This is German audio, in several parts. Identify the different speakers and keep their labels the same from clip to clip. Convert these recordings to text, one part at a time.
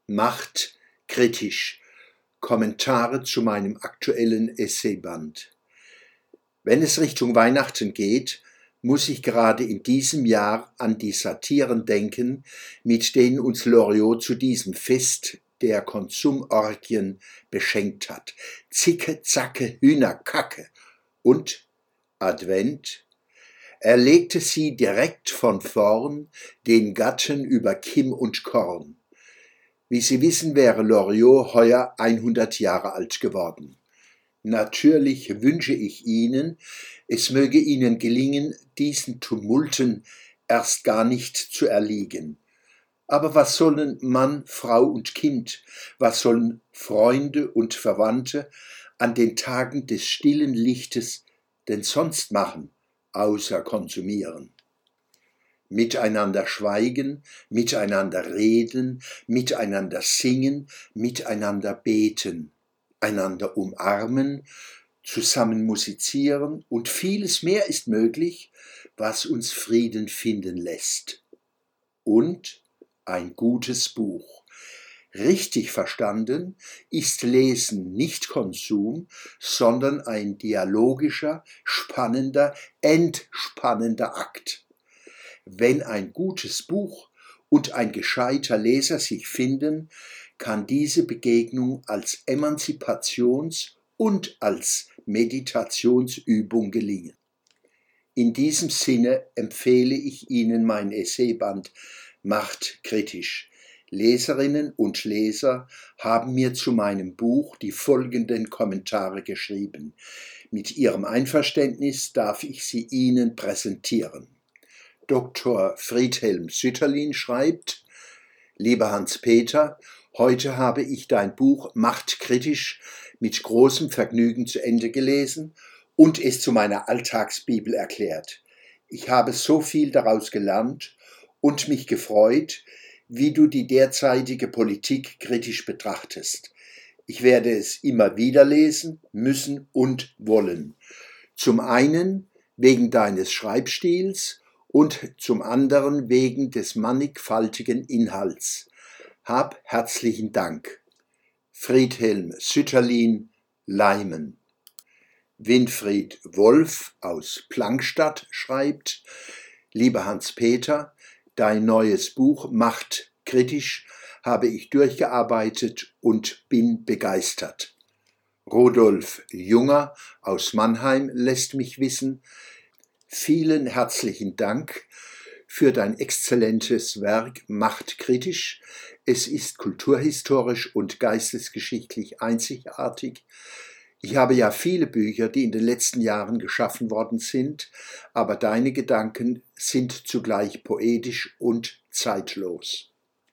Speaker 1: Macht kritisch. Kommentare zu meinem aktuellen Essayband. Wenn es Richtung Weihnachten geht, muss ich gerade in diesem Jahr an die Satiren denken, mit denen uns Loriot zu diesem Fest der Konsumorgien beschenkt hat. Zicke, Zacke, Hühnerkacke und Advent. Er legte sie direkt von vorn, den Gatten über Kim und Korn. Wie Sie wissen, wäre Loriot heuer 100 Jahre alt geworden. Natürlich wünsche ich Ihnen, es möge Ihnen gelingen, diesen Tumulten erst gar nicht zu erliegen. Aber was sollen Mann, Frau und Kind, was sollen Freunde und Verwandte an den Tagen des stillen Lichtes denn sonst machen, außer konsumieren? Miteinander schweigen, miteinander reden, miteinander singen, miteinander beten, einander umarmen, zusammen musizieren und vieles mehr ist möglich, was uns Frieden finden lässt. Und ein gutes Buch. Richtig verstanden ist Lesen nicht Konsum, sondern ein dialogischer, spannender, entspannender Akt. Wenn ein gutes Buch und ein gescheiter Leser sich finden, kann diese Begegnung als Emanzipations- und als Meditationsübung gelingen. In diesem Sinne empfehle ich Ihnen mein Essayband Macht kritisch. Leserinnen und Leser haben mir zu meinem Buch die folgenden Kommentare geschrieben. Mit Ihrem Einverständnis darf ich sie Ihnen präsentieren. Dr. Friedhelm Sütterlin schreibt: Lieber Hans-Peter, heute habe ich dein Buch Macht kritisch mit großem Vergnügen zu Ende gelesen und es zu meiner Alltagsbibel erklärt. Ich habe so viel daraus gelernt und mich gefreut, wie du die derzeitige Politik kritisch betrachtest. Ich werde es immer wieder lesen, müssen und wollen. Zum einen wegen deines Schreibstils und zum anderen wegen des mannigfaltigen Inhalts. Hab herzlichen Dank. Friedhelm Sütterlin, Leimen. Winfried Wolf aus Plankstadt schreibt: Lieber Hans-Peter, dein neues Buch Macht kritisch habe ich durchgearbeitet und bin begeistert. Rudolf Junger aus Mannheim lässt mich wissen: Vielen herzlichen Dank für dein exzellentes Werk Macht kritisch. Es ist kulturhistorisch und geistesgeschichtlich einzigartig. Ich habe ja viele Bücher, die in den letzten Jahren geschaffen worden sind, aber deine Gedanken sind zugleich poetisch und zeitlos.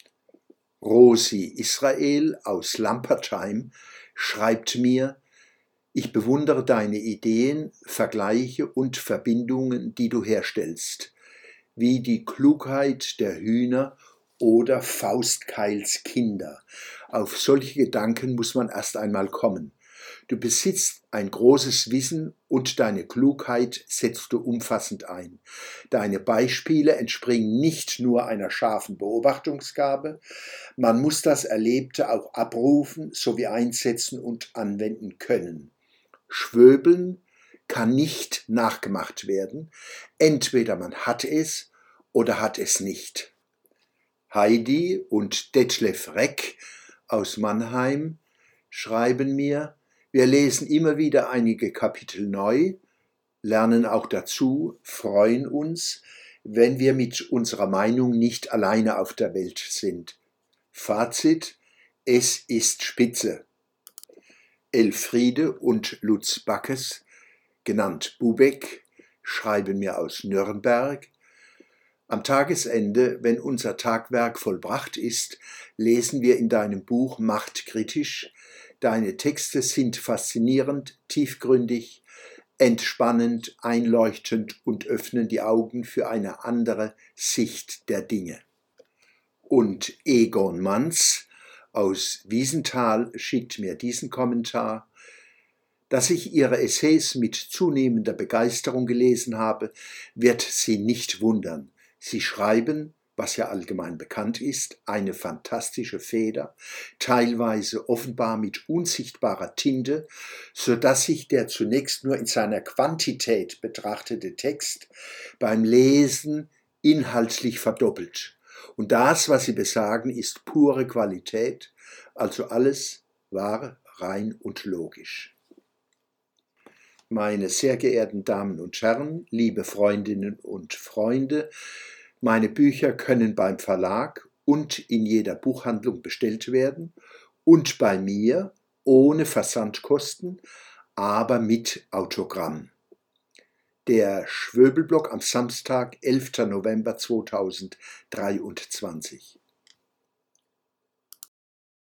Speaker 1: Rosi Israel aus Lampertheim schreibt mir: Ich bewundere deine Ideen, Vergleiche und Verbindungen, die du herstellst, wie die Klugheit der Hühner oder Faustkeils Kinder. Auf solche Gedanken muss man erst einmal kommen. Du besitzt ein großes Wissen und deine Klugheit setzt du umfassend ein. Deine Beispiele entspringen nicht nur einer scharfen Beobachtungsgabe, man muss das Erlebte auch abrufen sowie einsetzen und anwenden können. Schwöbeln kann nicht nachgemacht werden, entweder man hat es oder hat es nicht. Heidi und Detlef Reck aus Mannheim schreiben mir: Wir lesen immer wieder einige Kapitel neu, lernen auch dazu, freuen uns, wenn wir mit unserer Meinung nicht alleine auf der Welt sind. Fazit: Es ist spitze. Elfriede und Lutz Backes, genannt Bubeck, schreiben mir aus Nürnberg: Am Tagesende, wenn unser Tagwerk vollbracht ist, lesen wir in deinem Buch Macht kritisch. Deine Texte sind faszinierend, tiefgründig, entspannend, einleuchtend und öffnen die Augen für eine andere Sicht der Dinge. Und Egon Manz aus Wiesenthal schickt mir diesen Kommentar: Dass ich Ihre Essays mit zunehmender Begeisterung gelesen habe, wird Sie nicht wundern. Sie schreiben, was ja allgemein bekannt ist, eine fantastische Feder, teilweise offenbar mit unsichtbarer Tinte, so dass sich der zunächst nur in seiner Quantität betrachtete Text beim Lesen inhaltlich verdoppelt. Und das, was sie besagen, ist pure Qualität, also alles wahr, rein und logisch. Meine sehr geehrten Damen und Herren, liebe Freundinnen und Freunde, meine Bücher können beim Verlag und in jeder Buchhandlung bestellt werden und bei mir ohne Versandkosten, aber mit Autogramm. Der Schwöbelblog am Samstag, 11. November 2023.